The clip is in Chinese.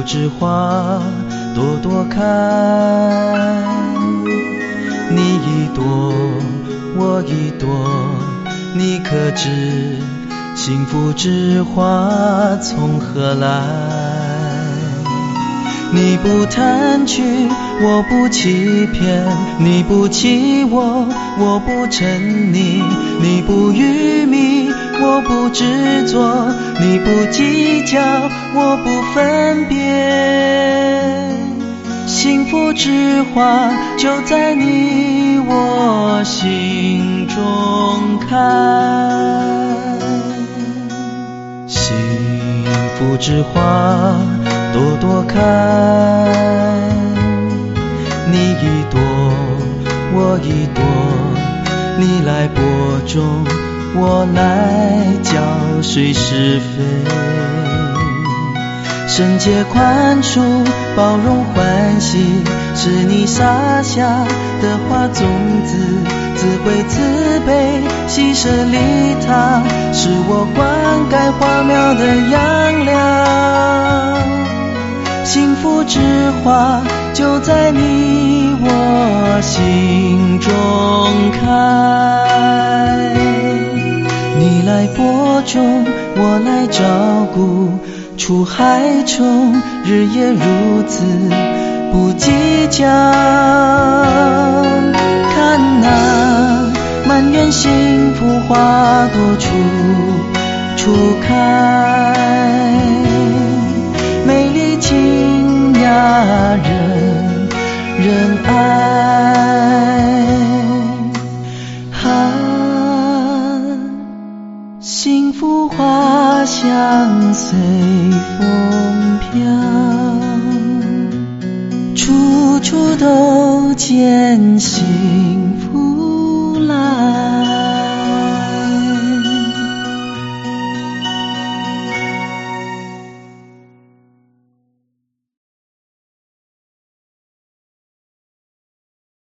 之花朵朵开，你一朵我一朵，你可知幸福之花从何来？你不贪取，我不欺骗，你不欺我，我不沉溺，你不愚迷，我不执着，你不计较，我不分别。幸福之花就在你我心中开，幸福之花朵朵开，你一朵我一朵，你来播种，我来浇水施肥。圣洁宽恕包容欢喜，是你撒下的花种子，智慧慈悲牺牲利他，是我灌溉花苗的养料。幸福之花就在你我心中开，你来播种，我来照顾，出害虫日夜如此不计较。看那满园幸福花朵初开，美丽清雅人爱，幸福花香随风飘，处处都见幸福来。